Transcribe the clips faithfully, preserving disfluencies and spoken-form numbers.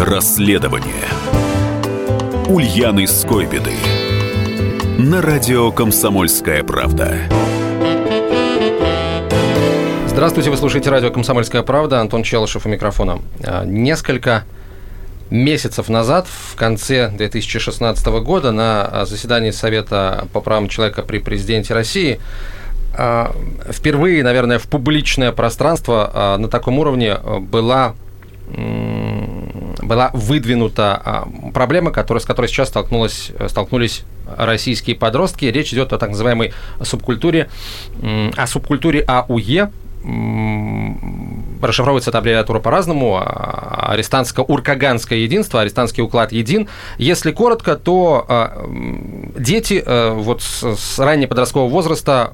Расследование Ульяны Скойбеды на радио «Комсомольская правда». Здравствуйте, вы слушаете радио «Комсомольская правда». Антон Челышев у микрофона. Несколько месяцев назад, в конце две тысячи шестнадцатого года, на заседании Совета по правам человека при президенте России впервые, наверное, в публичное пространство на таком уровне была, была выдвинута проблема, которая, с которой сейчас столкнулась, столкнулись российские подростки. Речь идет о так называемой субкультуре, о субкультуре АУЕ. Расшифровывается эта аббревиатура по-разному. Арестантско-уркаганское единство, арестантский уклад един. Если коротко, то дети вот с раннего подросткового возраста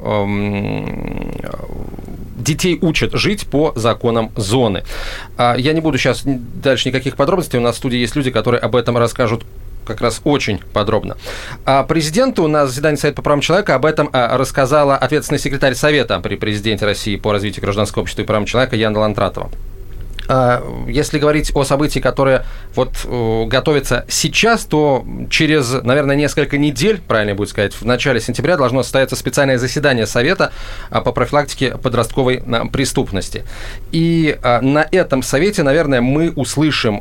детей учат жить по законам зоны. Я не буду сейчас дальше никаких подробностей. У нас в студии есть люди, которые об этом расскажут как раз очень подробно. А президенту на заседании Совета по правам человека об этом рассказала ответственный секретарь Совета при президенте России по развитию гражданского общества и правам человека Яна Лантратова. Если говорить о событии, которое вот готовится сейчас, то через, наверное, несколько недель, правильно будет сказать, в начале сентября должно состояться специальное заседание Совета по профилактике подростковой преступности. И на этом совете, наверное, мы услышим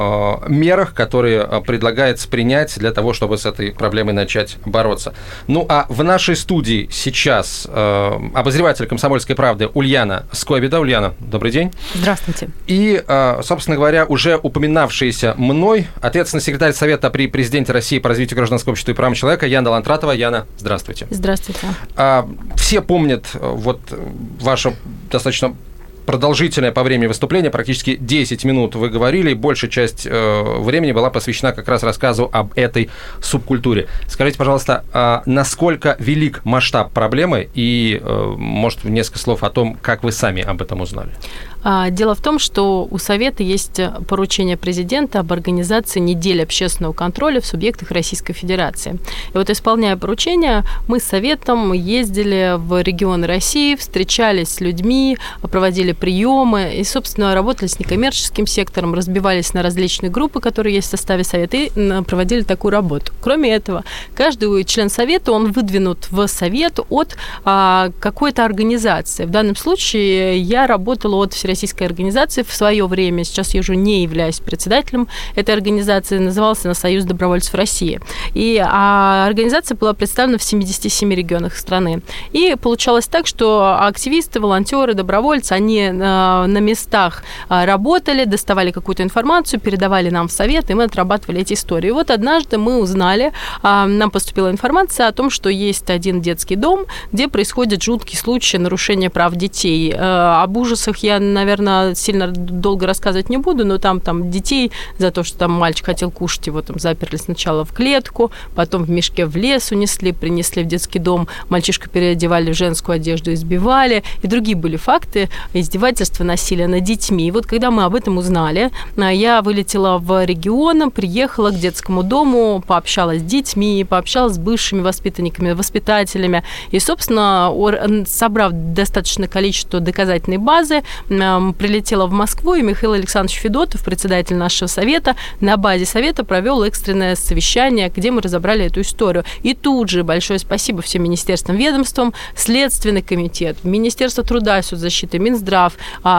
о мерах, которые предлагается принять для того, чтобы с этой проблемой начать бороться. Ну, а в нашей студии сейчас обозреватель «Комсомольской правды» Ульяна Скойбеда. Ульяна, добрый день. Здравствуйте. И, собственно говоря, уже упоминавшийся мной ответственный секретарь Совета при президенте России по развитию гражданского общества и правам человека Яна Лантратова. Яна, здравствуйте. Здравствуйте. Все помнят вот ваше достаточно продолжительное по времени выступление, практически десять минут вы говорили, и большая часть времени была посвящена как раз рассказу об этой субкультуре. Скажите, пожалуйста, насколько велик масштаб проблемы и, может, несколько слов о том, как вы сами об этом узнали? Дело в том, что у Совета есть поручение президента об организации недели общественного контроля в субъектах Российской Федерации. И вот, исполняя поручение, мы с Советом ездили в регионы России, встречались с людьми, проводили приемы и, собственно, работали с некоммерческим сектором, разбивались на различные группы, которые есть в составе Совета, и проводили такую работу. Кроме этого, каждый член Совета, он выдвинут в Совет от а, какой-то организации. В данном случае я работала от Всероссийской организации в свое время, сейчас я уже не являюсь председателем этой организации, называлась она «Союз добровольцев России». И а, организация была представлена в семидесяти семи регионах страны. И получалось так, что активисты, волонтеры, добровольцы, они на местах работали, доставали какую-то информацию, передавали нам в Совет, и мы отрабатывали эти истории. И вот однажды мы узнали, нам поступила информация о том, что есть один детский дом, где происходят жуткие случаи нарушения прав детей. Об ужасах я, наверное, сильно долго рассказывать не буду, но там, там детей за то, что там мальчик хотел кушать, его там заперли сначала в клетку, потом в мешке в лес унесли, принесли в детский дом, мальчишку переодевали в женскую одежду, избивали, и другие были факты издевательства, насилия над детьми. И вот когда мы об этом узнали, я вылетела в регион, приехала к детскому дому, пообщалась с детьми, пообщалась с бывшими воспитанниками, воспитателями. И, собственно, собрав достаточное количество доказательной базы, прилетела в Москву, и Михаил Александрович Федотов, председатель нашего Совета, на базе Совета провел экстренное совещание, где мы разобрали эту историю. И тут же большое спасибо всем министерствам, ведомствам, Следственный комитет, Министерство труда и соцзащиты, Минздрав,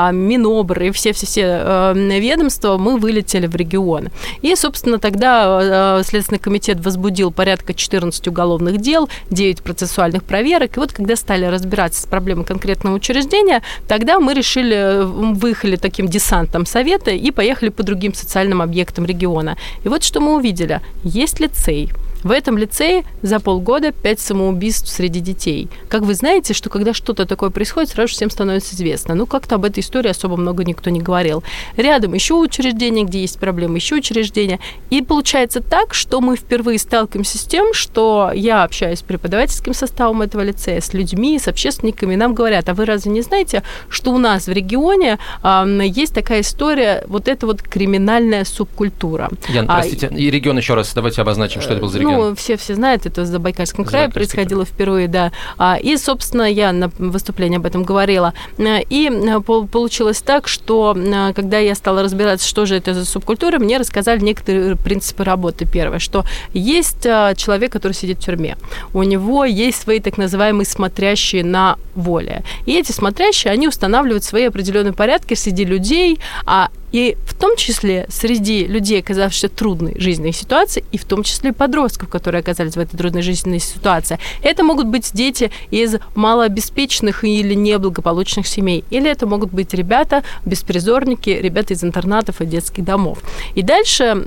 Минобр и все-все-все ведомства, мы вылетели в регион. И, собственно, тогда Следственный комитет возбудил порядка четырнадцать уголовных дел, девять процессуальных проверок. И вот когда стали разбираться с проблемой конкретного учреждения, тогда мы решили, выехали таким десантом Совета и поехали по другим социальным объектам региона. И вот что мы увидели. Есть лицей. В этом лицее за полгода пять самоубийств среди детей. Как вы знаете, что когда что-то такое происходит, сразу всем становится известно. Ну, как-то об этой истории особо много никто не говорил. Рядом еще учреждения, где есть проблемы, еще учреждения. И получается так, что мы впервые сталкиваемся с тем, что я общаюсь с преподавательским составом этого лицея, с людьми, с общественниками, и нам говорят: а вы разве не знаете, что у нас в регионе э, есть такая история, вот эта вот криминальная субкультура? Ян, простите, а, и регион еще раз, давайте обозначим, что это был за регион. Ну, все, все знают, это в Забайкальском крае происходило впервые, да. И, собственно, я на выступлении об этом говорила. И получилось так, что когда я стала разбираться, что же это за субкультура, мне рассказали некоторые принципы работы. Первое, что есть человек, который сидит в тюрьме. У него есть свои так называемые смотрящие на воле. И эти смотрящие, они устанавливают свои определенные порядки среди людей, а и в том числе среди людей, оказавшихся в трудной жизненной ситуации, и в том числе подростков, которые оказались в этой трудной жизненной ситуации. Это могут быть дети из малообеспеченных или неблагополучных семей, или это могут быть ребята, беспризорники, ребята из интернатов и детских домов. И дальше э,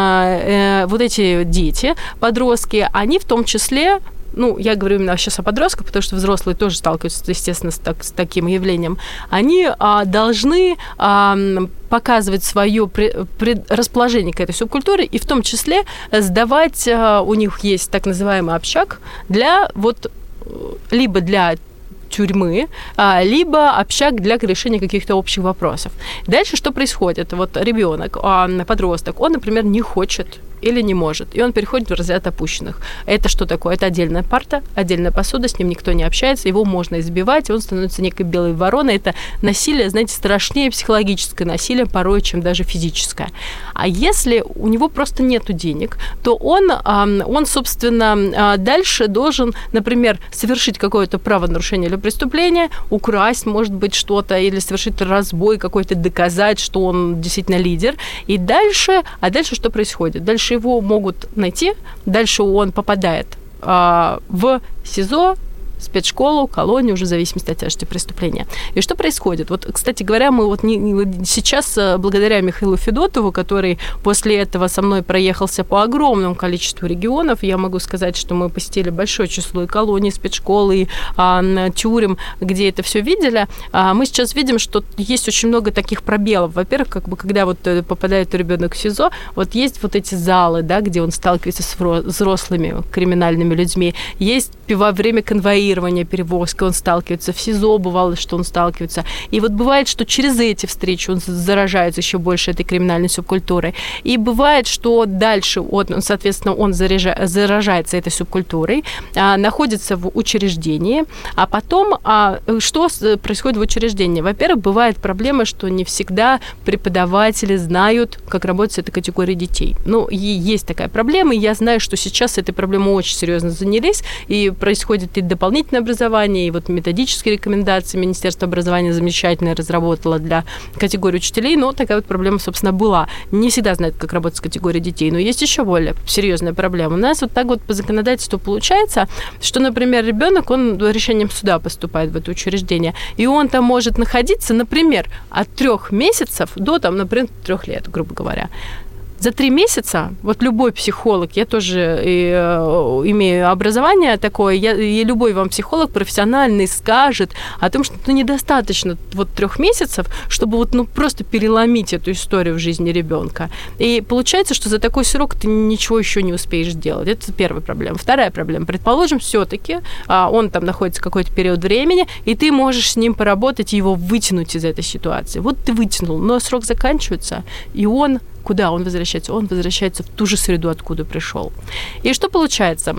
э, вот эти дети, подростки, они в том числе... Ну, я говорю именно сейчас о подростках, потому что взрослые тоже сталкиваются, естественно, с, так, с таким явлением. Они а, должны а, показывать свое расположение к этой субкультуре и в том числе сдавать, а, у них есть так называемый общак, для вот либо для тюрьмы, либо общак для решения каких-то общих вопросов. Дальше что происходит? Вот ребенок, подросток, он, например, не хочет или не может, и он переходит в разряд опущенных. Это что такое? Это отдельная парта, отдельная посуда, с ним никто не общается, его можно избивать, и он становится некой белой вороной. Это насилие, знаете, страшнее психологическое насилие порой, чем даже физическое. А если у него просто нету денег, то он, он, собственно, дальше должен, например, совершить какое-то правонарушение или преступление, украсть, может быть, что-то, или совершить разбой какой-то, доказать, что он действительно лидер. И дальше, а дальше что происходит? Дальше его могут найти, дальше он попадает а, в СИЗО, спецшколу, колонию, уже в зависимости от тяжести преступления. И что происходит? Вот, кстати говоря, мы вот не, не, сейчас, благодаря Михаилу Федотову, который после этого со мной проехался по огромному количеству регионов, я могу сказать, что мы посетили большое число и колоний, спецшкол, и а, тюрем, где это все видели. А, мы сейчас видим, что есть очень много таких пробелов. Во-первых, как бы, когда вот попадает ребенок в СИЗО, вот есть вот эти залы, да, где он сталкивается с взрослыми криминальными людьми. Есть во время конвоирования, перевозки, он сталкивается в СИЗО, бывало, что он сталкивается. И вот бывает, что через эти встречи он заражается еще больше этой криминальной субкультурой. И бывает, что дальше, он, соответственно, он заряжа, заражается этой субкультурой, а, находится в учреждении, а потом а, что происходит в учреждении? Во-первых, бывает проблема, что не всегда преподаватели знают, как работать с этой категорией детей. Ну, и есть такая проблема, и я знаю, что сейчас этой проблемой очень серьезно занялись, и происходит и дополнительное образование, и вот методические рекомендации Министерства образования замечательно разработало для категории учителей, но такая вот проблема, собственно, была. Не всегда знают, как работать с категорией детей, но есть еще более серьезная проблема. У нас вот так вот по законодательству получается, что, например, ребенок, он решением суда поступает в это учреждение, и он там может находиться, например, от трех месяцев до, там, например, трех лет, грубо говоря. За три месяца, вот любой психолог, я тоже и, э, имею образование такое, я, и любой вам психолог профессиональный скажет о том, что ну, недостаточно вот трех месяцев, чтобы вот, ну, просто переломить эту историю в жизни ребенка. И получается, что за такой срок ты ничего еще не успеешь сделать. Это первая проблема. Вторая проблема. Предположим, все-таки а, он там находится какой-то период времени, и ты можешь с ним поработать и его вытянуть из этой ситуации. Вот ты вытянул, но срок заканчивается, и он куда он возвращается? Он возвращается в ту же среду, откуда пришел. И что получается?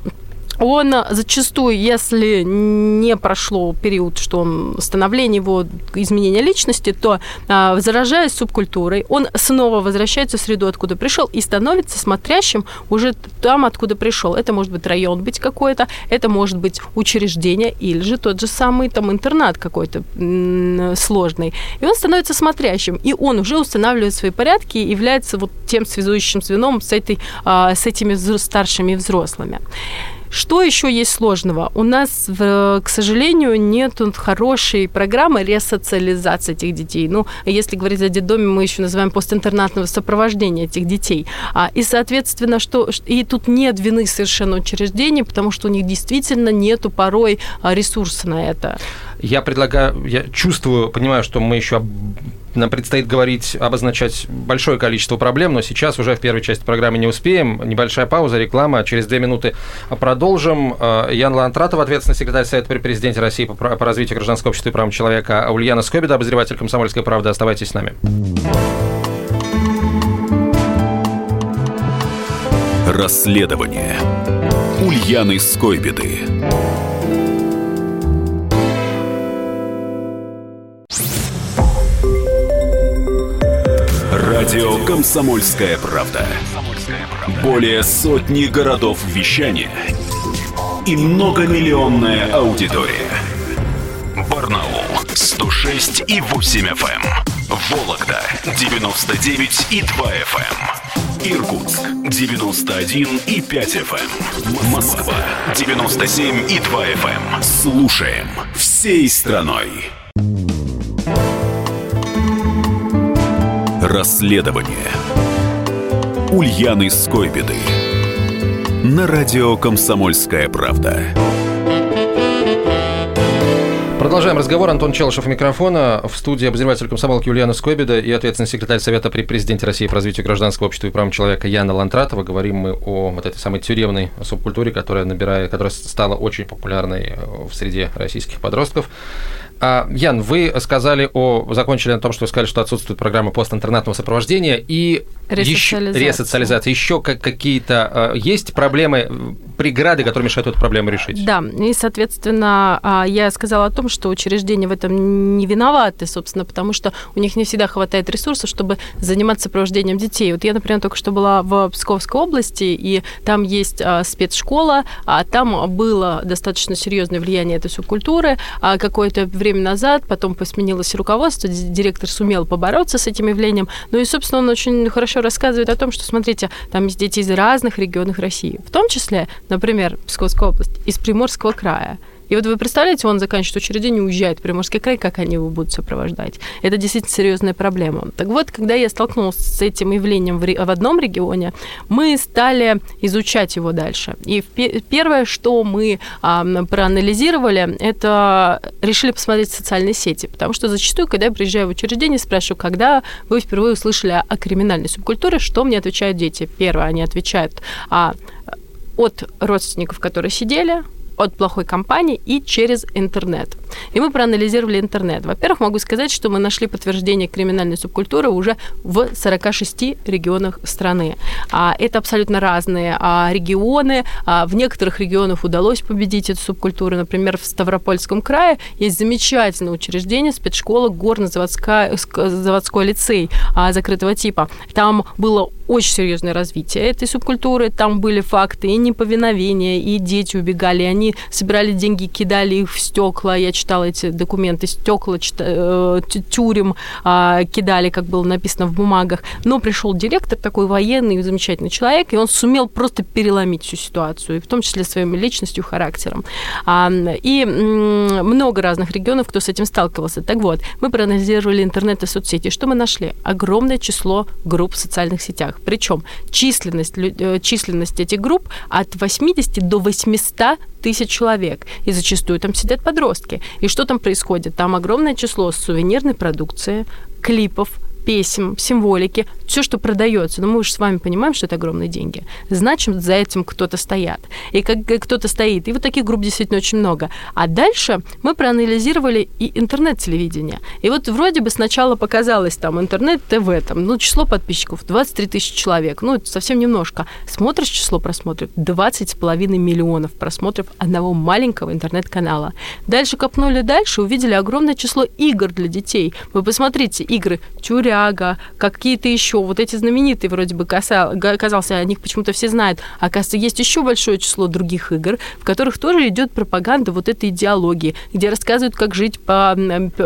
Он зачастую, если не прошло период, что он становление его изменения личности, то, а, заражаясь субкультурой, он снова возвращается в среду, откуда пришел, и становится смотрящим уже там, откуда пришел. Это может быть район быть какой-то, это может быть учреждение или же тот же самый там интернат какой-то м- сложный. И он становится смотрящим, и он уже устанавливает свои порядки и является вот тем связующим звеном с, этой, а, с этими старшими взрослыми. Что еще есть сложного? У нас, к сожалению, нет хорошей программы ресоциализации этих детей. Ну, если говорить о детдоме, мы еще называем постинтернатного сопровождения этих детей. И, соответственно, что и тут нет вины совершенно учреждений, потому что у них действительно нету порой ресурса на это. Я предлагаю, я чувствую, понимаю, что мы еще нам предстоит говорить, обозначать большое количество проблем, но сейчас уже в первой части программы не успеем. Небольшая пауза, реклама. Через две минуты продолжим. Ян Лантратов, ответственный секретарь Совета при президенте России по, по развитию гражданского общества и правам человека, а Ульяна Скобида, обозреватель «Комсомольской правды». Оставайтесь с нами. Расследование. Ульяны Скойбеды. Радио «Комсомольская правда». Более сотни городов вещания и многомиллионная аудитория. Барнаул сто шесть и восемь эф эм, Вологда девяносто девять и два эф эм, Иркутск девяносто один и пять эф эм, Москва девяносто семь и два эф эм. Слушаем всей страной. Расследование Ульяны Скойбеды на радио «Комсомольская правда». Продолжаем разговор. Антон Челышев у микрофона. В студии обозреватель комсомолки Ульяна Скойбеда и ответственный секретарь Совета при президенте России по развитию гражданского общества и правам человека Яна Лантратова. Говорим мы о вот этой самой тюремной субкультуре, которая набирает, которая стала очень популярной в среде российских подростков. А, Ян, вы сказали о, закончили на том, что вы сказали, что отсутствует программа постинтернатного сопровождения и ресоциализация. Еще, ресоциализация. Еще как, какие-то есть проблемы, преграды, которые мешают эту проблему решить? Да, и, соответственно, я сказала о том, что учреждения в этом не виноваты, собственно, потому что у них не всегда хватает ресурсов, чтобы заниматься сопровождением детей. Вот я, например, только что была в Псковской области, и там есть спецшкола, а там было достаточно серьезное влияние этой субкультуры. А какое-то время назад, потом сменилось руководство, директор сумел побороться с этим явлением. Ну и, собственно, он очень хорошо рассказывает о том, что, смотрите, там есть дети из разных регионов России, в том числе, например, Псковская область, из Приморского края. И вот вы представляете, он заканчивает учреждение, уезжает в Приморский край, как они его будут сопровождать? Это действительно серьезная проблема. Так вот, когда я столкнулась с этим явлением в одном регионе, мы стали изучать его дальше. И первое, что мы проанализировали, это решили посмотреть социальные сети. Потому что зачастую, когда я приезжаю в учреждение, спрашиваю, когда вы впервые услышали о криминальной субкультуре, что мне отвечают дети? Первое, они отвечают от родственников, которые сидели, от плохой компании и через интернет. И мы проанализировали интернет. Во-первых, могу сказать, что мы нашли подтверждение криминальной субкультуры уже в сорока шести регионах страны. Это абсолютно разные регионы. В некоторых регионах удалось победить эту субкультуру. Например, в Ставропольском крае есть замечательное учреждение, спецшкола, горно-заводской лицей закрытого типа. Там было очень серьезное развитие этой субкультуры. Там были факты и неповиновения, и дети убегали, и они собирали деньги, кидали их в стекла. Я читала эти документы, стекла, тюрем кидали, как было написано в бумагах. Но пришел директор, такой военный, замечательный человек, и он сумел просто переломить всю ситуацию, в том числе своей личностью, характером. И много разных регионов, кто с этим сталкивался. Так вот, мы проанализировали интернет и соцсети. Что мы нашли? Огромное число групп в социальных сетях. Причем численность, численность этих групп от восьмидесяти до восьмисот тысяч человек. И зачастую там сидят подростки. И что там происходит? Там огромное число сувенирной продукции, клипов, песен, символики, все, что продается. Но мы же с вами понимаем, что это огромные деньги. Значит, за этим кто-то стоят. И как кто-то стоит. И вот таких групп действительно очень много. А дальше мы проанализировали и интернет-телевидение. И вот вроде бы сначала показалось там интернет-ТВ, там, ну, число подписчиков двадцать три тысячи человек. Ну, это совсем немножко. Смотришь число просмотров, двадцать с половиной миллионов просмотров одного маленького интернет-канала. Дальше копнули дальше, увидели огромное число игр для детей. Вы посмотрите, игры «Тюря», какие-то еще, вот эти знаменитые вроде бы казался, о них почему-то все знают. Оказывается, есть еще большое число других игр, в которых тоже идет пропаганда вот этой идеологии, где рассказывают, как жить по,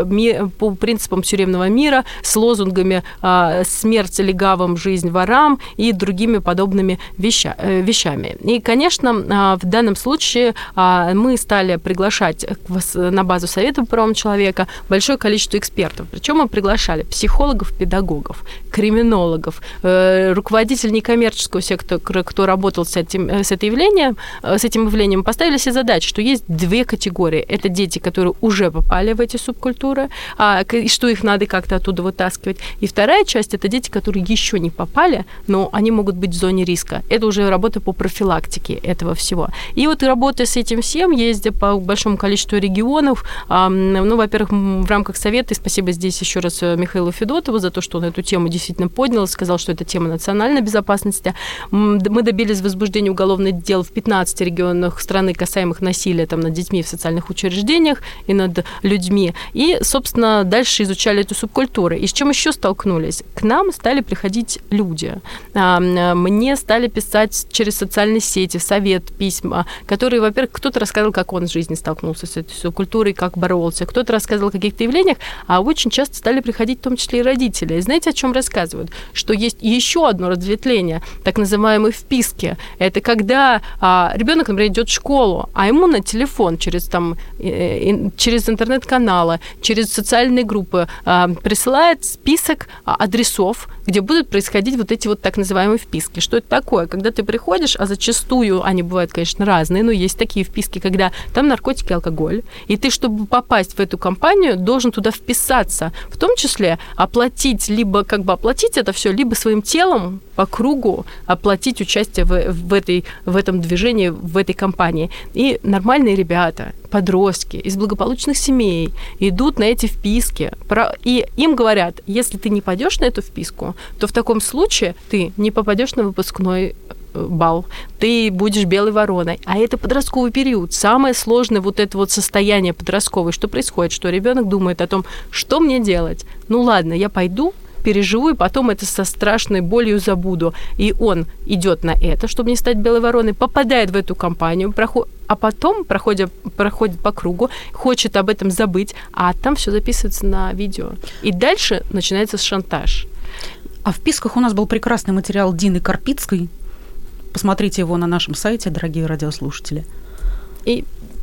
по принципам тюремного мира с лозунгами «смерть легавым, жизнь ворам» и другими подобными веща, вещами. И, конечно, в данном случае мы стали приглашать на базу Совета по правам человека большое количество экспертов. Причем мы приглашали психологов, педагогов, криминологов, э, руководитель некоммерческого сектора, кто работал с этим, с, этим явлением, с этим явлением, поставили себе задачу, что есть две категории. Это дети, которые уже попали в эти субкультуры, а, и что их надо как-то оттуда вытаскивать. И вторая часть – это дети, которые еще не попали, но они могут быть в зоне риска. Это уже работа по профилактике этого всего. И вот работая с этим всем, ездя по большому количеству регионов, э, ну, во-первых, в рамках Совета, и спасибо здесь еще раз Михаилу Федотову за то, что он эту тему действительно действительно поднял, сказал, что это тема национальной безопасности. Мы добились возбуждения уголовных дел в пятнадцати регионах страны, касаемых насилия там, над детьми в социальных учреждениях и над людьми. И, собственно, дальше изучали эту субкультуру. И с чем еще столкнулись? К нам стали приходить люди. Мне стали писать через социальные сети, в совет, письма, которые, во-первых, кто-то рассказывал, как он в жизни столкнулся с этой субкультурой, как боролся, кто-то рассказывал о каких-то явлениях, а очень часто стали приходить в том числе и родители. И знаете, о чем рассказывают? Что есть еще одно разветвление, так называемые вписки. Это когда а, ребенок, например, идет в школу, а ему на телефон через, там, э, через интернет-каналы, через социальные группы а, присылает список адресов, где будут происходить вот эти вот так называемые вписки. Что это такое? Когда ты приходишь, а зачастую они бывают, конечно, разные, но есть такие вписки, когда там наркотики, алкоголь, и ты, чтобы попасть в эту компанию, должен туда вписаться, в том числе оплатить, либо как бы оплатить это все, либо своим телом по кругу оплатить участие в, в, этой, в этом движении, в этой компании. И нормальные ребята, подростки из благополучных семей идут на эти вписки, и им говорят, если ты не пойдешь на эту вписку, то в таком случае ты не попадешь на выпускной бал, ты будешь белой вороной. А это подростковый период. Самое сложное вот это вот состояние подростковое. Что происходит? Что ребенок думает о том, что мне делать? Ну ладно, я пойду, переживу, и потом это со страшной болью забуду. И он идет на это, чтобы не стать белой вороной, попадает в эту компанию, проход... а потом, проходя, проходит по кругу, хочет об этом забыть, а там все записывается на видео. И дальше начинается шантаж. А в вписках у нас был прекрасный материал Дины Карпицкой. Посмотрите его на нашем сайте, дорогие радиослушатели. И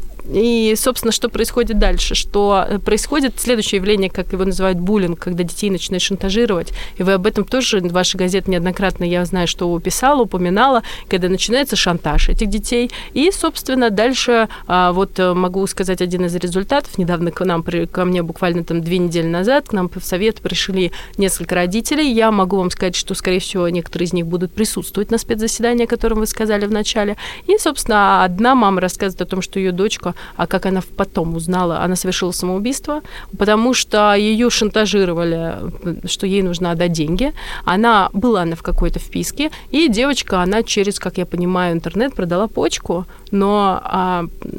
И, собственно, что происходит дальше? Что происходит следующее явление, как его называют буллинг, когда детей начинают шантажировать. И вы об этом тоже, ваша газета неоднократно, я знаю, что писала, упоминала, когда начинается шантаж этих детей. И, собственно, дальше, вот могу сказать один из результатов. Недавно к нам, ко мне буквально там две недели назад, к нам в совет пришли несколько родителей. Я могу вам сказать, что, скорее всего, некоторые из них будут присутствовать на спецзаседании, о котором вы сказали в начале. И, собственно, одна мама рассказывает о том, что ее дочка, а как она потом узнала, она совершила самоубийство, потому что ее шантажировали, что ей нужно отдать деньги. Она была она в какой-то вписке, и девочка, она через, как я понимаю, интернет продала почку, но а,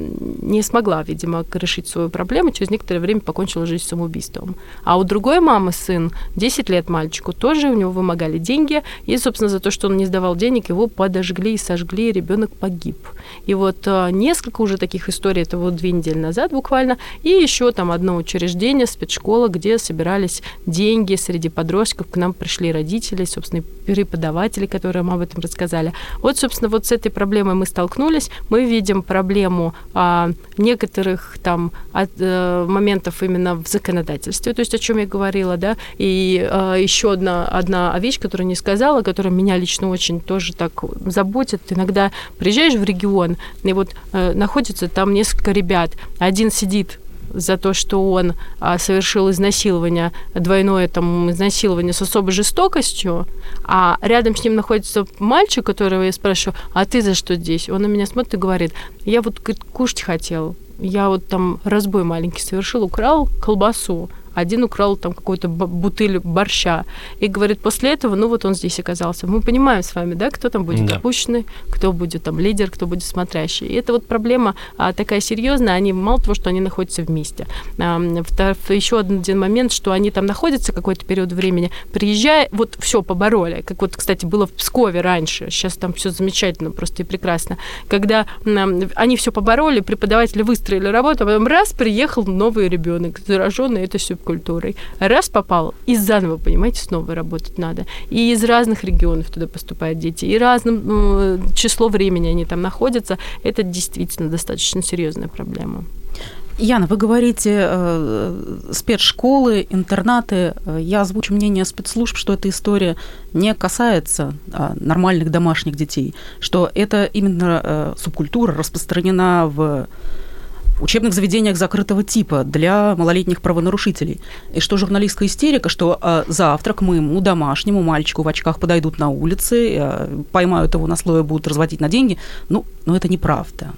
не смогла, видимо, решить свою проблему, через некоторое время покончила жизнь самоубийством. А у другой мамы сын, десять лет мальчику, тоже у него вымогали деньги, и, собственно, за то, что он не сдавал денег, его подожгли и сожгли, и ребенок погиб. И вот а, несколько уже таких историй, это вот две недели назад буквально, и еще там одно учреждение, спецшкола, где собирались деньги среди подростков, к нам пришли родители, собственно, преподаватели, которые нам об этом рассказали. Вот, собственно, вот с этой проблемой мы столкнулись. Мы видим проблему а, некоторых там от, а, моментов именно в законодательстве, то есть о чем я говорила, да, и а, еще одна, одна вещь, которую не сказала, которая меня лично очень тоже так заботит. Иногда приезжаешь в регион, и вот а, находится там несколько ребят, один сидит за то, что он а, совершил изнасилование, двойное там изнасилование с особой жестокостью, а рядом с ним находится мальчик, которого я спрашиваю, а ты за что здесь? Он на меня смотрит и говорит, я вот говорит, кушать хотел, я вот там разбой маленький совершил, украл колбасу, один украл там какую-то бутыль борща. И говорит, после этого, ну вот он здесь оказался. Мы понимаем с вами, да, кто там будет да. допущенный, кто будет там лидер, кто будет смотрящий. И это вот проблема а, такая серьезная. Они мало того, что они находятся вместе. А, еще один момент, что они там находятся какой-то период времени, приезжая, вот все побороли. Как вот, кстати, было в Пскове раньше. Сейчас там все замечательно, просто и прекрасно. Когда а, они все побороли, преподаватели выстроили работу, а потом раз приехал новый ребенок, зараженный этой субкультурой. Раз попал, и заново, понимаете, снова работать надо. И из разных регионов туда поступают дети, и разным ну, число времени они там находятся. Это действительно достаточно серьезная проблема. Яна, вы говорите э, спецшколы, интернаты. Я озвучу мнение спецслужб, что эта история не касается э, нормальных домашних детей, что это именно э, субкультура распространена в учебных заведениях закрытого типа для малолетних правонарушителей. И что журналистская истерика, что э, завтра к моему домашнему мальчику в очках подойдут на улице, э, поймают его на слово и будут разводить на деньги, ну, ну это неправда.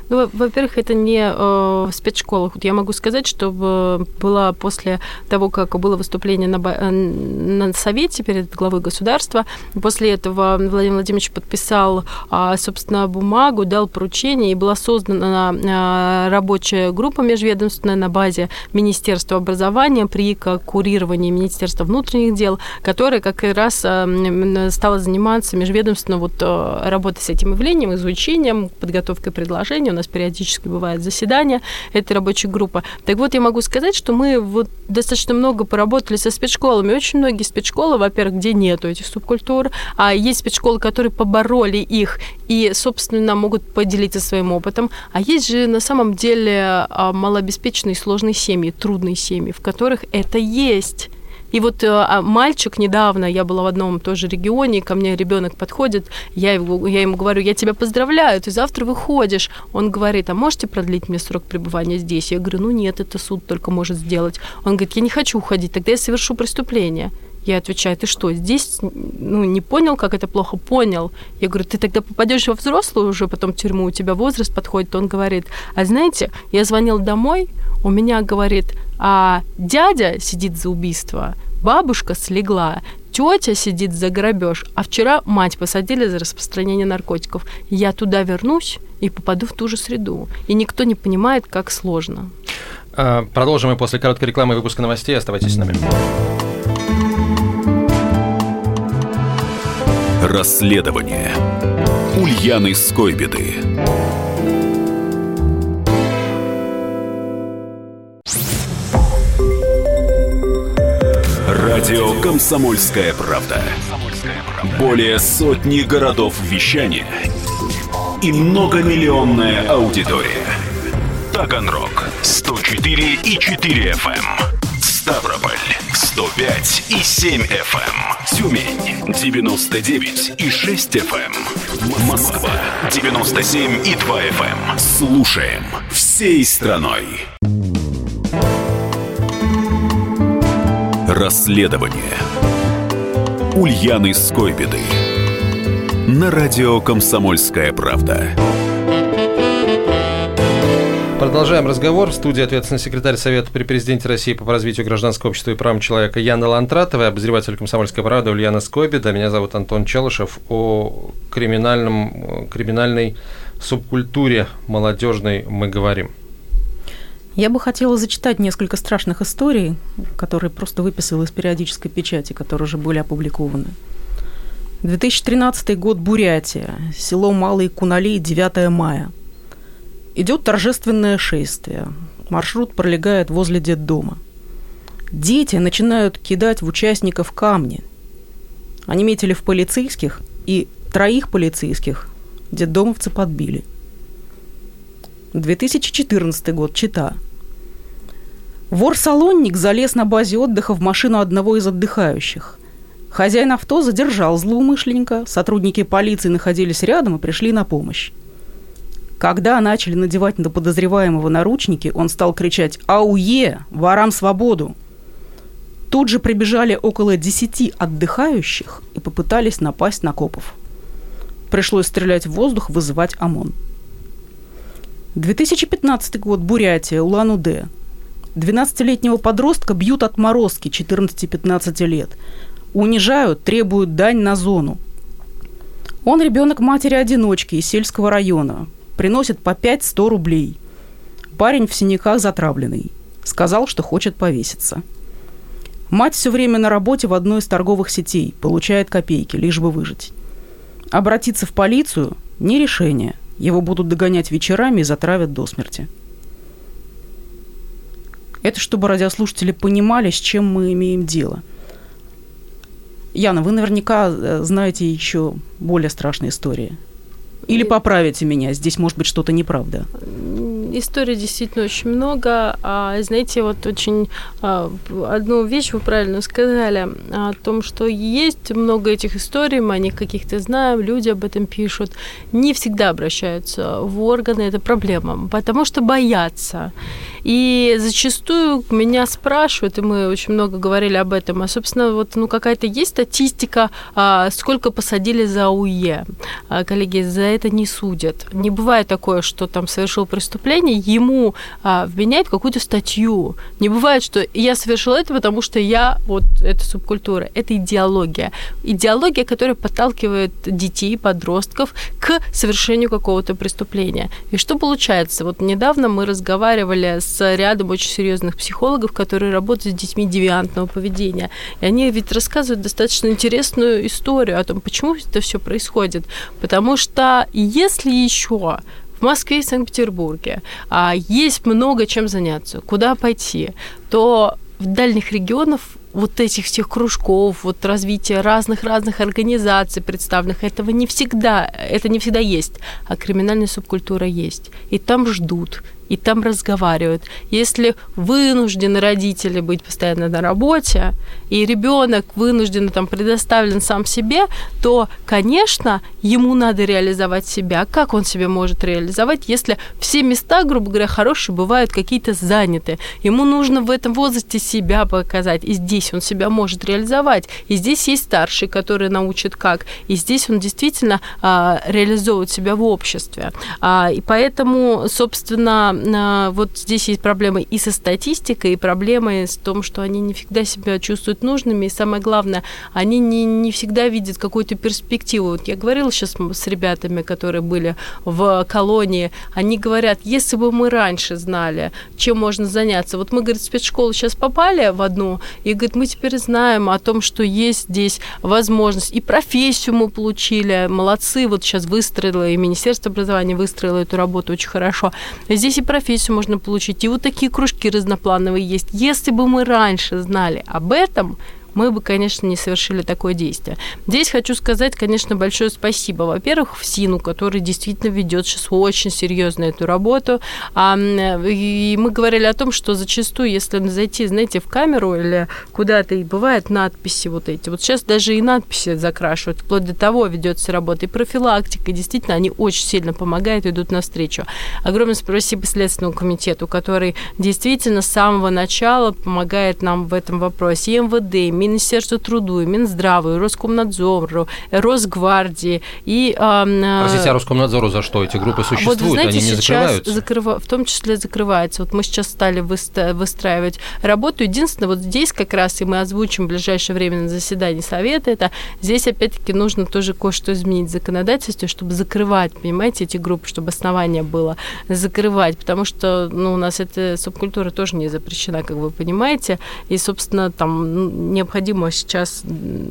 Ну, во-первых, это не э, в спецшколах. Я могу сказать, что было после того, как было выступление на, на Совете перед главой государства, после этого Владимир Владимирович подписал, собственно, бумагу, дал поручение, и была создана рабочая группа межведомственная на базе Министерства образования при курировании Министерства внутренних дел, которая как раз стала заниматься межведомственно вот работой с этим явлением, изучением, подготовкой предложений. У нас периодически бывают заседания этой рабочей группы. Так вот, я могу сказать, что мы вот достаточно много поработали со спецшколами. Очень многие спецшколы, во-первых, где нету этих субкультур, а есть спецшколы, которые побороли их и, собственно, могут поделиться своим опытом. А есть же на самом деле малообеспеченные сложные семьи, трудные семьи, в которых это есть. И вот а, мальчик недавно, я была в одном тоже регионе, ко мне ребенок подходит, я, его, я ему говорю, я тебя поздравляю, ты завтра выходишь. Он говорит, а можете продлить мне срок пребывания здесь? Я говорю, ну нет, это суд только может сделать. Он говорит, я не хочу уходить, тогда я совершу преступление. Я отвечаю, ты что, здесь ну, не понял, как это плохо? Понял. Я говорю, ты тогда попадешь во взрослую уже потом тюрьму, у тебя возраст подходит. Он говорит, а знаете, я звонил домой, у меня, говорит, а дядя сидит за убийство, бабушка слегла, тетя сидит за грабеж, а вчера мать посадили за распространение наркотиков. Я туда вернусь и попаду в ту же среду. И никто не понимает, как сложно. Продолжим мы после короткой рекламы и выпуска новостей. Оставайтесь с нами. Расследование Ульяны Скойбеды. Радио «Комсомольская правда». Более сотни городов вещания и многомиллионная аудитория. Таганрог сто четыре и четыре эф эм. Ставрополь сто пять и семь эф эм. Тюмень девяносто девять и шесть эф эм. Москва девяносто семь и два эф эм. Слушаем всей страной. Расследование Ульяны Скойбеды на радио «Комсомольская правда». Продолжаем разговор. В студии ответственный секретарь Совета при президенте России по развитию гражданского общества и правам человека Яна Лантратова, обозреватель «Комсомольской правды» Ульяна Скойбеда. Меня зовут Антон Челышев. О криминальном, криминальной субкультуре молодежной мы говорим. Я бы хотела зачитать несколько страшных историй, которые просто выписала из периодической печати, которые уже были опубликованы. две тысячи тринадцатый год, Бурятия, село Малые Кунали, девятое мая. Идет торжественное шествие. Маршрут пролегает возле детдома. Дети начинают кидать в участников камни. Они метили в полицейских, и троих полицейских детдомовцы подбили. две тысячи четырнадцатый год, Чита. Вор-салонник залез на базе отдыха в машину одного из отдыхающих. Хозяин авто задержал злоумышленника, сотрудники полиции находились рядом и пришли на помощь. Когда начали надевать на подозреваемого наручники, он стал кричать «Ауе! Ворам свободу!». Тут же прибежали около десяти отдыхающих и попытались напасть на копов. Пришлось стрелять в воздух, вызывать ОМОН. две тысячи пятнадцатый год, Бурятия, Улан-Удэ. двенадцатилетнего подростка бьют отморозки четырнадцати-пятнадцати лет. Унижают, требуют дань на зону. Он ребенок матери-одиночки из сельского района. Приносит по пять-сто рублей. Парень в синяках затравленный. Сказал, что хочет повеситься. Мать все время на работе в одной из торговых сетей. Получает копейки, лишь бы выжить. Обратиться в полицию – не решение. Его будут догонять вечерами и затравят до смерти. Это чтобы радиослушатели понимали, с чем мы имеем дело. Яна, вы наверняка знаете еще более страшные истории. Или поправите меня, здесь может быть что-то неправда. Историй действительно очень много. А, знаете, вот очень а, одну вещь вы правильно сказали о том, что есть много этих историй, мы о них каких-то знаем, люди об этом пишут. Не всегда обращаются в органы, это проблема, потому что боятся. И зачастую меня спрашивают, и мы очень много говорили об этом, а, собственно, вот, ну, какая-то есть статистика, а, сколько посадили за АУЕ. А, коллеги, за это не судят. Не бывает такое, что там совершил преступление, ему а, вменяют какую-то статью. Не бывает, что я совершил это, потому что я вот эта субкультура. Это идеология. Идеология, которая подталкивает детей, подростков к совершению какого-то преступления. И что получается? Вот недавно мы разговаривали с рядом очень серьезных психологов, которые работают с детьми девиантного поведения. И они ведь рассказывают достаточно интересную историю о том, почему это все происходит. Потому что если еще в Москве и Санкт-Петербурге а, есть много чем заняться, куда пойти, то в дальних регионах вот этих всех кружков, вот развития разных-разных организаций представленных, этого не всегда, это не всегда есть, а криминальная субкультура есть. И там ждут, и там разговаривают. Если вынуждены родители быть постоянно на работе, и ребенок вынужден там предоставлен сам себе, то, конечно, ему надо реализовать себя. Как он себя может реализовать, если все места, грубо говоря, хорошие, бывают какие-то заняты? Ему нужно в этом возрасте себя показать, и здесь он себя может реализовать. И здесь есть старший, который научит как, и здесь он действительно а, реализовывает себя в обществе. А, и поэтому, собственно, вот здесь есть проблемы и со статистикой, и проблемы с том, что они не всегда себя чувствуют нужными, и самое главное, они не, не всегда видят какую-то перспективу. Вот я говорила сейчас с ребятами, которые были в колонии, они говорят, если бы мы раньше знали, чем можно заняться. Вот мы, говорит, в спецшколу сейчас попали в одну, и, говорит, мы теперь знаем о том, что есть здесь возможность, и профессию мы получили, молодцы, вот сейчас выстроило, и Министерство образования выстроило эту работу очень хорошо. Здесь и профессию можно получить, и вот такие кружки разноплановые есть. Если бы мы раньше знали об этом, мы бы, конечно, не совершили такое действие. Здесь хочу сказать, конечно, большое спасибо. Во-первых, ФСИНу, который действительно ведет сейчас очень серьезно эту работу. И мы говорили о том, что зачастую, если зайти, знаете, в камеру или куда-то, и бывают надписи вот эти. Вот сейчас даже и надписи закрашивают. Вплоть до того ведется работа и профилактика. И действительно, они очень сильно помогают, идут навстречу. Огромное спасибо Следственному комитету, который действительно с самого начала помогает нам в этом вопросе. И эм вэ дэ, Министерству труда, Минздраву, Роскомнадзору, Росгвардии. И, э, Простите, а Роскомнадзору за что эти группы существуют? Вот, знаете, они не закрываются? Закрыва... В том числе закрываются. Вот мы сейчас стали выстраивать работу. Единственное, вот здесь как раз, и мы озвучим в ближайшее время на заседании Совета, это здесь опять-таки нужно тоже кое-что изменить в законодательстве, чтобы закрывать, понимаете, эти группы, чтобы основание было закрывать, потому что ну, у нас эта субкультура тоже не запрещена, как вы понимаете, и, собственно, там не необходимо сейчас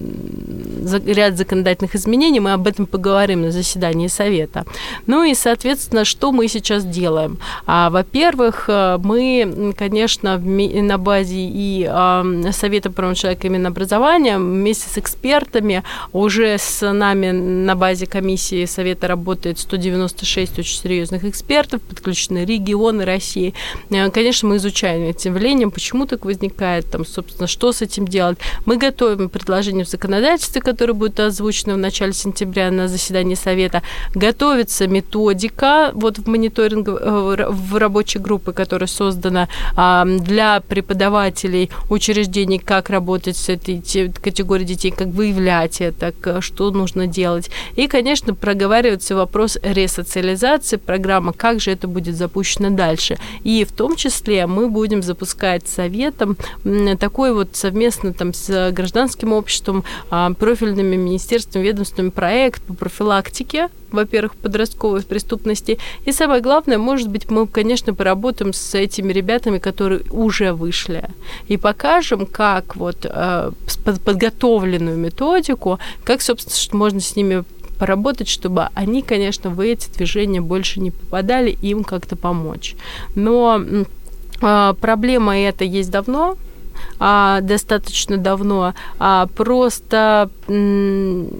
ряд законодательных изменений, мы об этом поговорим на заседании Совета. Ну и, соответственно, что мы сейчас делаем? А, во-первых, мы, конечно, на базе и а, Совета по правам человека и Минобразования вместе с экспертами, уже с нами на базе комиссии Совета работает сто девяносто шесть очень серьезных экспертов, подключены регионы России. Конечно, мы изучаем эти явления, почему так возникает, там, собственно, что с этим делать. Мы готовим предложение в законодательстве, которое будет озвучено в начале сентября на заседании Совета. Готовится методика вот в мониторинг, в рабочей группе, которая создана для преподавателей учреждений, как работать с этой категорией детей, как выявлять это, что нужно делать. И, конечно, проговаривается вопрос ресоциализации, программа, как же это будет запущено дальше. И в том числе мы будем запускать с Советом такой вот совместно там с гражданским обществом, профильными министерствами, ведомствами проект по профилактике, во-первых, подростковой преступности. И самое главное, может быть, мы, конечно, поработаем с этими ребятами, которые уже вышли, и покажем, как вот подготовленную методику, как, собственно, можно с ними поработать, чтобы они, конечно, в эти движения больше не попадали, и им как-то помочь. Но проблема эта есть давно, достаточно давно, просто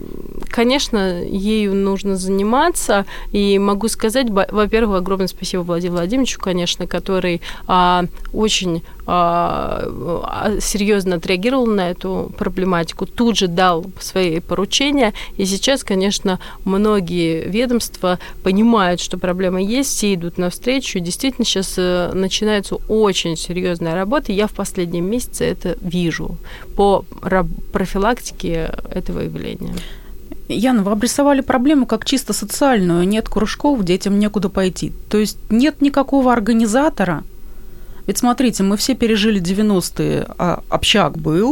конечно, ею нужно заниматься, и могу сказать, во-первых, огромное спасибо Владимиру Владимировичу, конечно, который а, очень а, серьезно отреагировал на эту проблематику, тут же дал свои поручения, и сейчас, конечно, многие ведомства понимают, что проблема есть, все идут навстречу, и действительно сейчас начинается очень серьезная работа, и я в последние месяцы это вижу по профилактике этого явления. Яна, вы обрисовали проблему как чисто социальную. Нет кружков, детям некуда пойти. То есть нет никакого организатора. Ведь смотрите, мы все пережили девяностые. Общак был,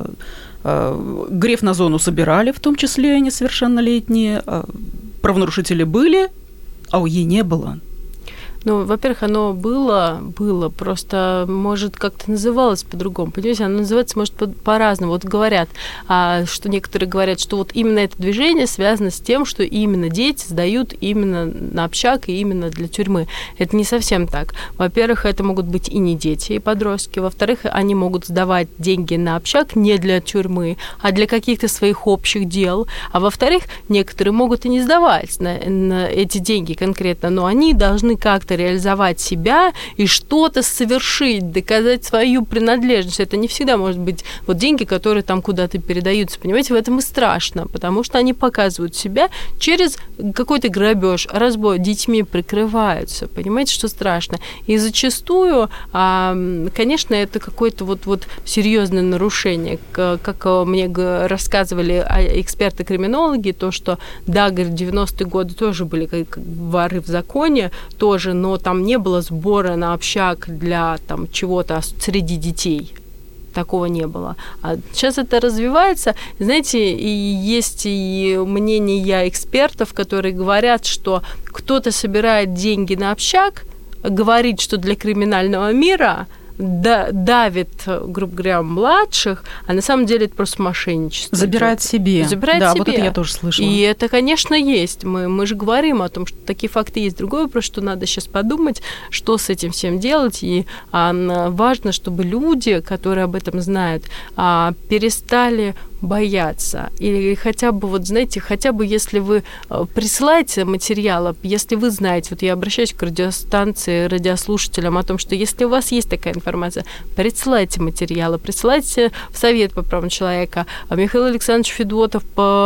греф на зону собирали, в том числе и несовершеннолетние. Правонарушители были, а УЕ не было. Ну, во-первых, оно было, было, просто, может, как-то называлось по-другому, понимаете, оно называется, может, по-разному. Вот говорят, а, что некоторые говорят, что вот именно это движение связано с тем, что именно дети сдают именно на общак и именно для тюрьмы. Это не совсем так. Во-первых, это могут быть и не дети, и подростки. Во-вторых, они могут сдавать деньги на общак не для тюрьмы, а для каких-то своих общих дел. А во-вторых, некоторые могут и не сдавать на, на эти деньги конкретно, но они должны как-то реализовать себя и что-то совершить, доказать свою принадлежность. Это не всегда может быть вот деньги, которые там куда-то передаются. Понимаете, в этом и страшно, потому что они показывают себя через какой-то грабеж, разбой, детьми прикрываются. Понимаете, что страшно? И зачастую, конечно, это какое-то вот, вот серьезное нарушение. Как мне рассказывали эксперты-криминологи, то, что, да, говорят, девяностые годы тоже были как воры в законе, тоже, но там не было сбора на общак для там чего-то среди детей. Такого не было. А сейчас это развивается. Знаете, и есть и мнения экспертов, которые говорят, что кто-то собирает деньги на общак, говорит, что для криминального мира, давит, грубо говоря, младших, а на самом деле это просто мошенничество. Забирает себе. Забирает да, себе. Вот это я тоже слышала. И это, конечно, есть. Мы, мы же говорим о том, что такие факты есть. Другой вопрос, что надо сейчас подумать, что с этим всем делать. И а, важно, чтобы люди, которые об этом знают, а, перестали бояться. Или хотя бы, вот знаете, хотя бы если вы присылаете материалы, если вы знаете, вот я обращаюсь к радиостанции, радиослушателям о том, что если у вас есть такая информация, присылайте материалы, присылайте в Совет по правам человека. Михаил Александрович Федотов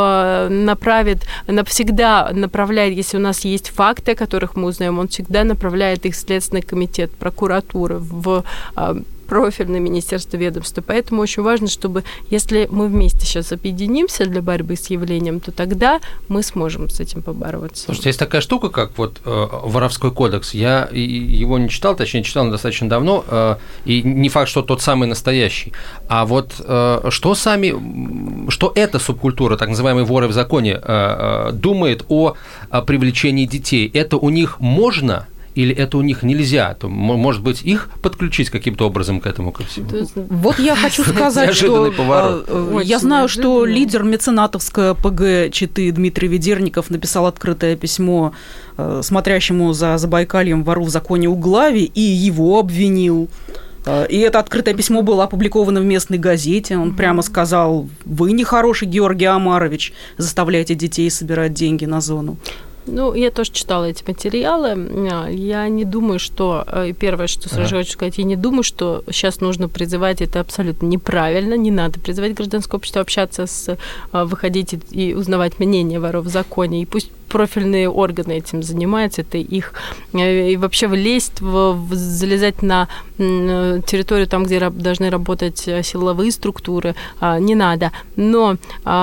направит, навсегда направляет, если у нас есть факты, о которых мы узнаем, он всегда направляет их в Следственный комитет, прокуратуру, в профильное министерство, ведомство. Поэтому очень важно, чтобы, если мы вместе сейчас объединимся для борьбы с явлением, то тогда мы сможем с этим побороться. Слушайте, есть такая штука, как вот э, воровской кодекс. Я его не читал, точнее, читал достаточно давно, э, и не факт, что тот самый настоящий. А вот э, что сами, что эта субкультура, так называемые воры в законе, э, э, думает о, о привлечении детей? Это у них можно? Или это у них нельзя? То, может быть, их подключить каким-то образом к этому ко всему? Вот я хочу сказать, что я знаю, что лидер меценатовской ПГ Читы Дмитрий Ведерников написал открытое письмо смотрящему за Забайкальем вору в законе Углаве и его обвинил. И это открытое письмо было опубликовано в местной газете. Он прямо сказал: вы нехороший, Георгий Омарович, заставляете детей собирать деньги на зону. Ну, я тоже читала эти материалы. Я не думаю, что... Первое, что сразу ага. хочу сказать, я не думаю, что сейчас нужно призывать, это абсолютно неправильно, не надо призывать гражданское общество общаться с... выходить и узнавать мнение воров в законе, и пусть профильные органы этим занимаются, это их... И вообще влезть, в, залезать на территорию, там, где должны работать силовые структуры, не надо. Но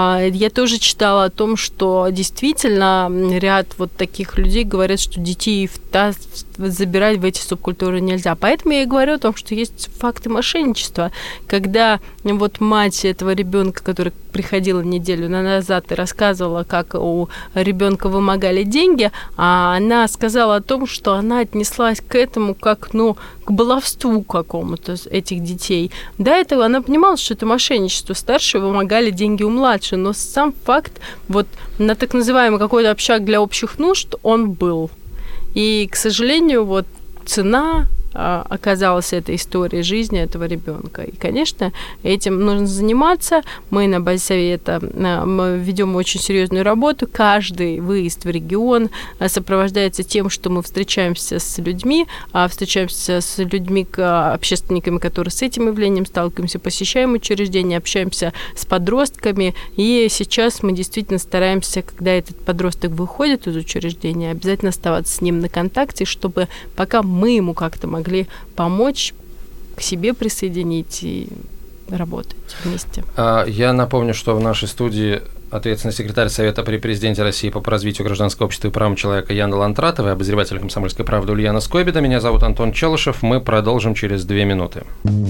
я тоже читала о том, что действительно ряд вот таких людей говорят, что детей в таз забирать в эти субкультуры нельзя. Поэтому я и говорю о том, что есть факты мошенничества, когда вот мать этого ребенка, который приходила неделю назад и рассказывала, как у ребенка вымогали деньги, а она сказала о том, что она отнеслась к этому как, ну, к баловству какому-то этих детей. До этого она понимала, что это мошенничество. Старшие вымогали деньги у младших, но сам факт вот на так называемый какой-то общак для общих нужд он был. И, к сожалению, вот цена оказалась эта история жизни этого ребенка. И, конечно, этим нужно заниматься. Мы на базе совета мы ведем очень серьезную работу. Каждый выезд в регион сопровождается тем, что мы встречаемся с людьми, встречаемся с людьми, общественниками, которые с этим явлением сталкиваемся, посещаем учреждения, общаемся с подростками. И сейчас мы действительно стараемся, когда этот подросток выходит из учреждения, обязательно оставаться с ним на контакте, чтобы пока мы ему как-то могли могли помочь, к себе присоединить и работать вместе. Я напомню, что в нашей студии ответственный секретарь Совета при президенте России по развитию гражданского общества и правам человека Яна Лантратова и обозреватель «Комсомольской правды» Ульяна Скойбеда. Меня зовут Антон Челышев. Мы продолжим через две минуты.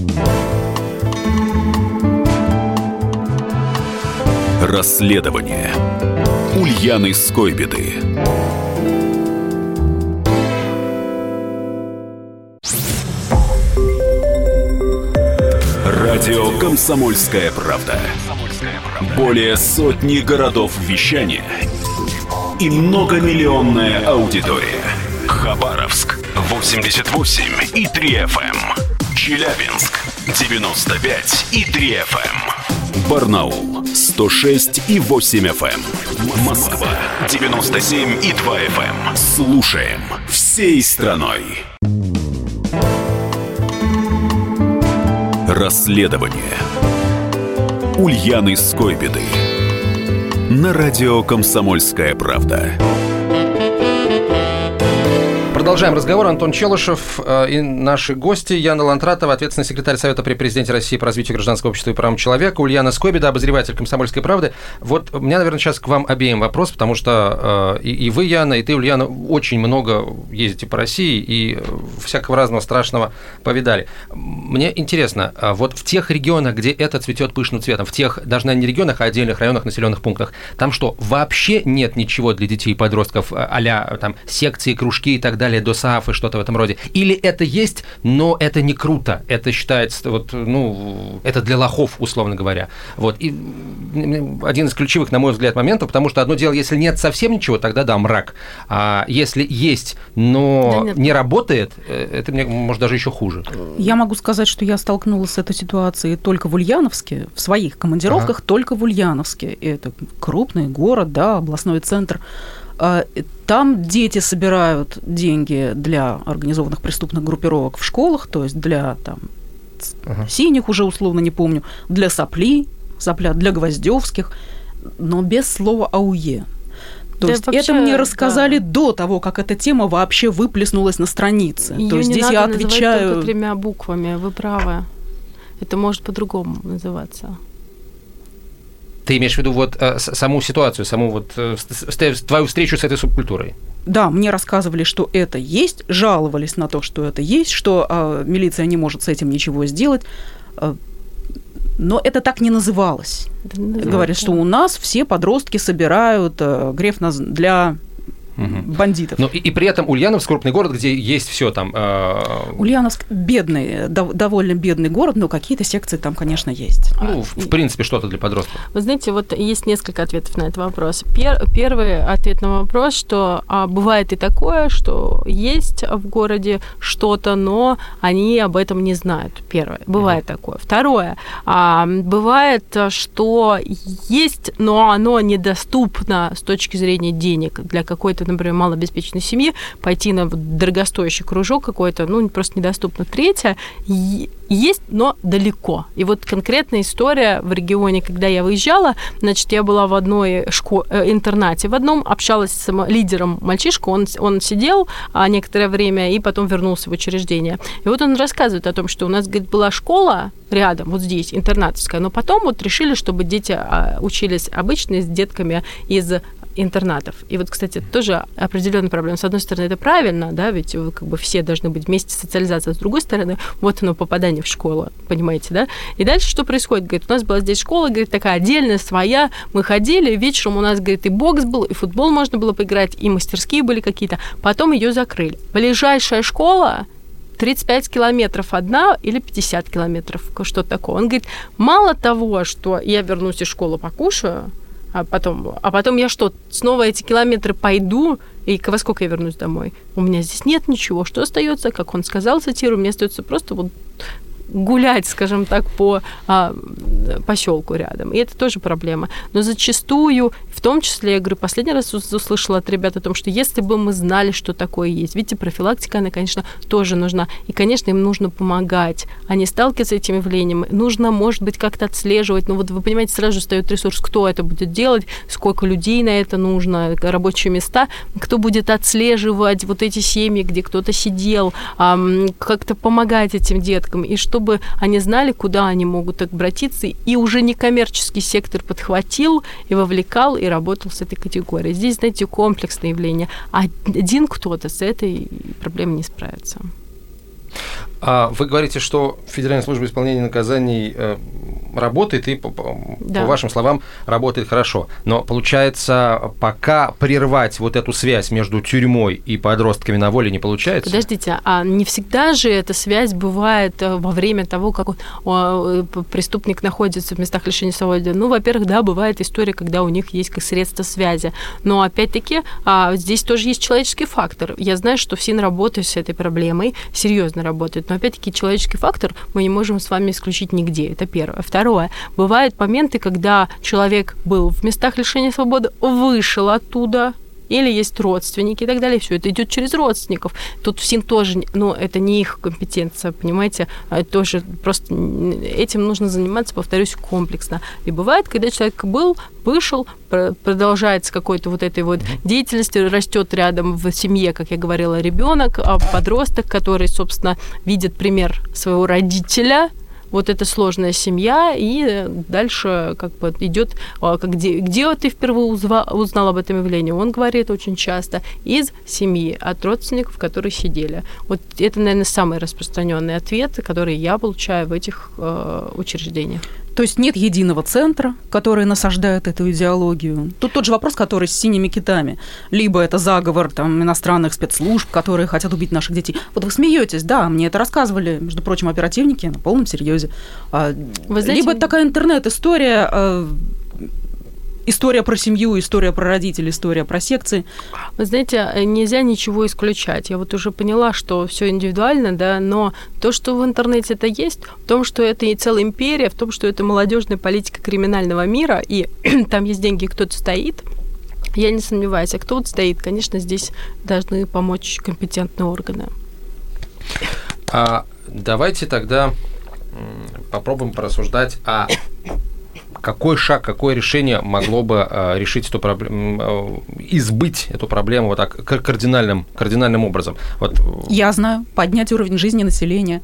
Расследование Ульяны Скойбеды. Радио «Комсомольская правда». Более сотни городов вещания и многомиллионная аудитория. Хабаровск восемьдесят восемь и три эф эм, Челябинск девяносто пять и три эф эм, Барнаул сто шесть и восемь эф эм, Москва девяносто семь и два эф эм. Слушаем всей страной. Расследование Ульяны Скойбеды на радио «Комсомольская правда». Продолжаем разговор. Антон Челышев и наши гости. Яна Лантратова, ответственный секретарь Совета при президенте России по развитию гражданского общества и правам человека. Ульяна Скойбеда, обозреватель «Комсомольской правды». Вот у меня, наверное, сейчас к вам обеим вопрос, потому что и, и вы, Яна, и ты, Ульяна, очень много ездите по России и всякого разного страшного повидали. Мне интересно, вот в тех регионах, где это цветет пышным цветом, в тех, даже не регионах, а отдельных районах, населенных пунктах, там что, вообще нет ничего для детей и подростков, а-ля там секции, кружки и так далее, до СААФ и что-то в этом роде? Или это есть, но это не круто, это считается, вот, ну, это для лохов, условно говоря. Вот. И один из ключевых, на мой взгляд, моментов, потому что одно дело, если нет совсем ничего, тогда да, мрак. А если есть, но да не работает, это, мне, может, даже еще хуже. Я могу сказать, что я столкнулась с этой ситуацией только в Ульяновске, в своих командировках ага. только в Ульяновске. Это крупный город, да, областной центр. Там дети собирают деньги для организованных преступных группировок в школах, то есть для там, uh-huh. синих уже условно не помню, для сопли, сопля, для гвоздевских, но без слова «ауе». То да есть вообще, это мне рассказали да. до того, как эта тема вообще выплеснулась на странице. Её то есть не здесь надо я отвечаю только тремя буквами, вы правы. Это может по-другому называться. Ты имеешь в виду вот э, саму ситуацию, саму вот э, твою встречу с этой субкультурой? Да, мне рассказывали, что это есть, жаловались на то, что это есть, что э, милиция не может с этим ничего сделать, э, но это так не называлось. Да, говорят, что у нас все подростки собирают э, греф для угу. бандитов. Ну, и, и при этом Ульяновск крупный город, где есть все там. Э... Ульяновск бедный, дов- довольно бедный город, но какие-то секции там, конечно, есть. Ну, в, в принципе, что-то для подростков. Вы знаете, вот есть несколько ответов на этот вопрос. Пер- первый ответ на вопрос, что а, бывает и такое, что есть в городе что-то, но они об этом не знают. Первое. Бывает угу. такое. Второе. А, бывает, что есть, но оно недоступно с точки зрения денег для какой-то, например, малообеспеченной семьи, пойти на дорогостоящий кружок какой-то, ну, просто недоступно. Третье, есть, но далеко. И вот конкретная история в регионе, когда я выезжала, значит, я была в одной шко- интернате, в одном, общалась с лидером мальчишка, он, он сидел некоторое время и потом вернулся в учреждение. И вот он рассказывает о том, что у нас, говорит, была школа рядом, вот здесь, интернатовская, но потом вот решили, чтобы дети учились обычно с детками из интернатов. И вот, кстати, тоже определенная проблема. С одной стороны, это правильно, да, ведь вы как бы все должны быть вместе социализация. С другой стороны, вот оно, попадание в школу, понимаете, да? И дальше что происходит? Говорит, у нас была здесь школа, говорит, такая отдельная, своя. Мы ходили, вечером у нас, говорит, и бокс был, и футбол можно было поиграть, и мастерские были какие-то. Потом ее закрыли. Ближайшая школа тридцать пять километров одна или пятьдесят километров, что-то такое. Он говорит, мало того, что я вернусь из школы покушаю, А потом, а потом я что, снова эти километры пойду, и во сколько я вернусь домой? У меня здесь нет ничего. Что остается? Как он сказал, цитирую, мне остается просто вот гулять, скажем так, по а, поселку рядом. И это тоже проблема. Но зачастую, в том числе, я говорю, последний раз услышала от ребят о том, что если бы мы знали, что такое есть, видите, профилактика, она, конечно, тоже нужна. И, конечно, им нужно помогать, а не сталкиваться с этим явлением. Нужно, может быть, как-то отслеживать. Но вот вы понимаете, сразу же встаёт ресурс, кто это будет делать, сколько людей на это нужно, рабочие места, кто будет отслеживать вот эти семьи, где кто-то сидел, а, как-то помогать этим деткам, и что чтобы они знали, куда они могут обратиться, и уже некоммерческий сектор подхватил и вовлекал, и работал с этой категорией. Здесь, знаете, комплексное явление. А один кто-то с этой проблемой не справится. А вы говорите, что Федеральная служба исполнения наказаний работает, и, по, да. по вашим словам, работает хорошо. Но, получается, пока прервать вот эту связь между тюрьмой и подростками на воле не получается? Подождите, а не всегда же эта связь бывает во время того, как он, преступник находится в местах лишения свободы? Ну, во-первых, да, бывает история, когда у них есть как средство связи. Но, опять-таки, здесь тоже есть человеческий фактор. Я знаю, что ФСИН работает с этой проблемой, серьезно работает. Но, опять-таки, человеческий фактор мы не можем с вами исключить нигде. Это первое. Второе. Бывают моменты, когда человек был в местах лишения свободы, вышел оттуда, или есть родственники и так далее. Все это идет через родственников. Тут ФСИН тоже, ну, это не их компетенция, понимаете, тоже просто этим нужно заниматься, повторюсь, комплексно. И бывает, когда человек был, вышел, продолжается какой-то вот этой вот деятельности, растет рядом в семье, как я говорила, ребенок, подросток, который, собственно, видит пример своего родителя. Вот это сложная семья, и дальше как бы идет, где, где ты впервые узнал, узнал об этом явлении? Он говорит очень часто из семьи, от родственников, которые сидели. Вот это, наверное, самый распространенный ответ, который я получаю в этих э, учреждениях. То есть нет единого центра, который насаждает эту идеологию. Тут тот же вопрос, который с синими китами. Либо это заговор там, иностранных спецслужб, которые хотят убить наших детей. Вот вы смеетесь, да, мне это рассказывали, между прочим, оперативники на полном серьезе. Вы знаете, либо это такая интернет-история, история про семью, история про родителей, история про секции. Вы знаете, нельзя ничего исключать. Я вот уже поняла, что все индивидуально, да, но то, что в интернете это есть, в том, что это и целая империя, в том, что это молодежная политика криминального мира, и там есть деньги, кто-то стоит, я не сомневаюсь. А кто вот стоит, конечно, здесь должны помочь компетентные органы. А давайте тогда попробуем порассуждать о какой шаг, какое решение могло бы э, решить эту проблему, э, избыть эту проблему вот так кардинальным, кардинальным образом? Вот. Я знаю, поднять уровень жизни населения.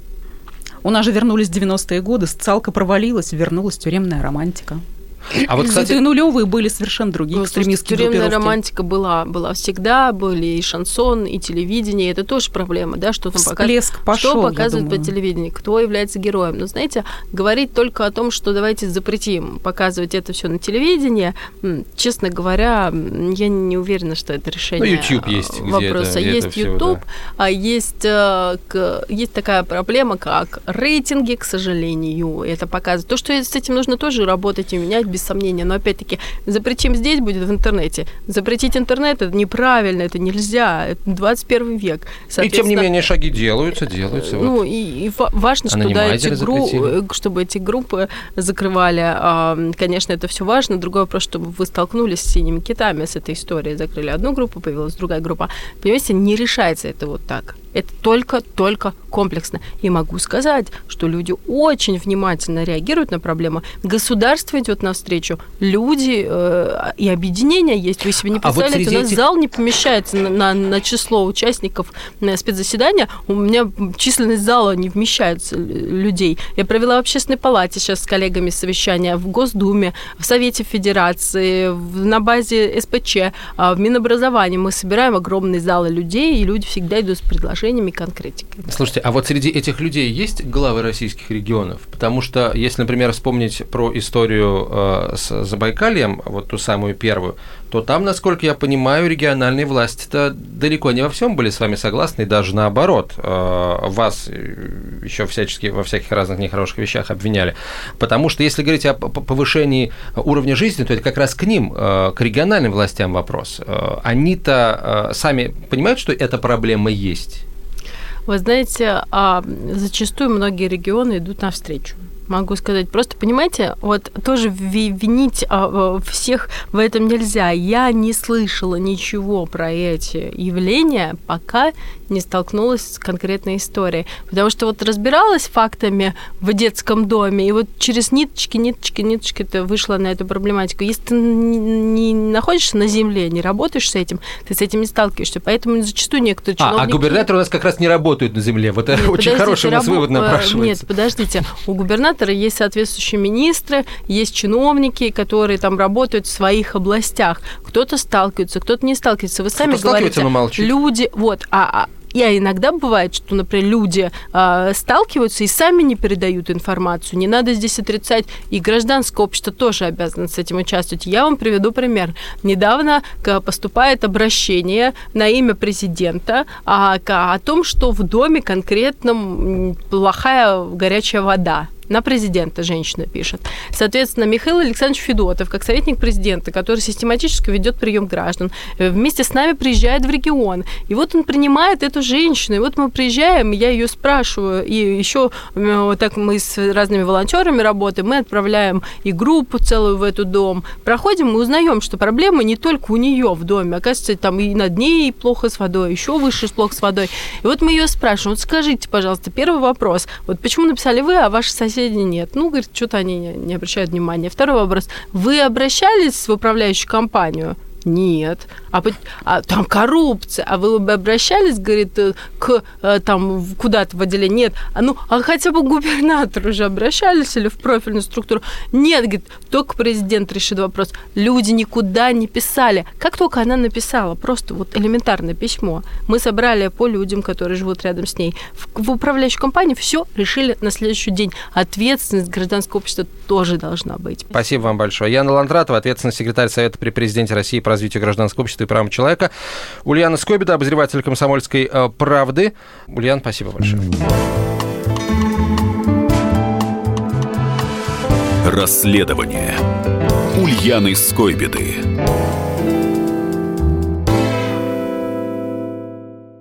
У нас же вернулись девяностые годы, социалка провалилась, вернулась тюремная романтика. А вот, кстати, и нулевые были совершенно другие, ну, экстремистские группировки. Тюремная романтика была, была всегда, были и шансон, и телевидение, это тоже проблема, да, что там Всплеск пошёл, что показывают по телевидению, кто является героем. Но, знаете, говорить только о том, что давайте запретим показывать это все на телевидении, честно говоря, я не уверена, что это решение ну, YouTube есть вопроса. Где-то, есть где-то YouTube, всё, да. а есть, есть такая проблема, как рейтинги, к сожалению, это показывает. То, что с этим нужно тоже работать и менять, без сомнения, но опять-таки запретим здесь будет в интернете. Запретить интернет – это неправильно, это нельзя, это двадцать первый век. И тем не менее шаги делаются, делаются. Ну вот. и, и важно, что, да, эти гру... чтобы эти группы закрывали. Конечно, это все важно. Другой вопрос, чтобы вы столкнулись с синими китами, с этой историей. Закрыли одну группу, появилась другая группа. Понимаете, не решается это вот так. Это только-только комплексно. И могу сказать, что люди очень внимательно реагируют на проблему. Государство идет навстречу, люди э, и объединения есть. Вы себе не представляете, а вот у нас этих... зал не помещается на, на, на число участников спецзаседания. У меня численность зала не вмещается людей. Я провела в Общественной палате сейчас с коллегами совещания, в Госдуме, в Совете Федерации, в, на базе эс пэ че, в Минобразовании. Мы собираем огромные залы людей, и люди всегда идут с предложениями и конкретикой. Слушайте, а вот среди этих людей есть главы российских регионов? Потому что, если, например, вспомнить про историю э, с Забайкальем, вот ту самую первую, то там, насколько я понимаю, региональные власти-то далеко не во всем были с вами согласны, и даже наоборот, э, вас еще всячески во всяких разных нехороших вещах обвиняли. Потому что если говорить о повышении уровня жизни, то это как раз к ним, к региональным властям вопрос. Они-то сами понимают, что эта проблема есть? Вы знаете, зачастую многие регионы идут навстречу. Могу сказать, просто понимаете, вот тоже винить всех в этом нельзя. Я не слышала ничего про эти явления, пока не столкнулась с конкретной историей. Потому что вот разбиралась фактами в детском доме, и вот через ниточки, ниточки, ниточки ты вышла на эту проблематику. Если ты не находишься на земле, не работаешь с этим, ты с этим не сталкиваешься. Поэтому зачастую некоторые чиновники... А, а губернаторы у нас как раз не работают на земле. Вот это очень хороший у нас вывод напрашивается. Нет, подождите. У губернатора есть соответствующие министры, есть чиновники, которые там работают в своих областях. Кто-то сталкивается, кто-то не сталкивается. Вы сами говорите, люди... Вот, а, а я иногда бывает, что, например, люди э, сталкиваются и сами не передают информацию. Не надо здесь отрицать. И гражданское общество тоже обязано с этим участвовать. Я вам приведу пример. Недавно поступает обращение на имя президента о, о том, что в доме конкретно плохая горячая вода. На президента женщина пишет. Соответственно, Михаил Александрович Федотов, как советник президента, который систематически ведет прием граждан, вместе с нами приезжает в регион. И вот он принимает эту женщину. И вот мы приезжаем, я ее спрашиваю, и еще вот так мы с разными волонтерами работаем, мы отправляем и группу целую в этот дом. Проходим, мы узнаем, что проблема не только у нее в доме, оказывается, там и над ней плохо с водой, еще выше плохо с водой. И вот мы ее спрашиваем, вот скажите, пожалуйста, первый вопрос, вот почему написали вы, а ваши соседи нет. Ну, говорит, что-то они не обращают внимания. Второй вопрос. Вы обращались в управляющую компанию? Нет. А, а там коррупция. А вы бы обращались, говорит, к там куда-то в отделение? Нет. А ну, а хотя бы к губернатору уже обращались или в профильную структуру? Нет, говорит, только президент решит вопрос. Люди никуда не писали. Как только она написала, просто вот элементарное письмо, мы собрали по людям, которые живут рядом с ней, в, в управляющую компанию, все решили на следующий день. Ответственность гражданского общества тоже должна быть. Спасибо вам большое. Яна Ландратова, ответственный секретарь Совета при президенте России по развитию гражданского общества и правам человека. Ульяна Скобида, обозреватель «Комсомольской правды». Ульяна, спасибо большое. Расследование Ульяны Скобиды.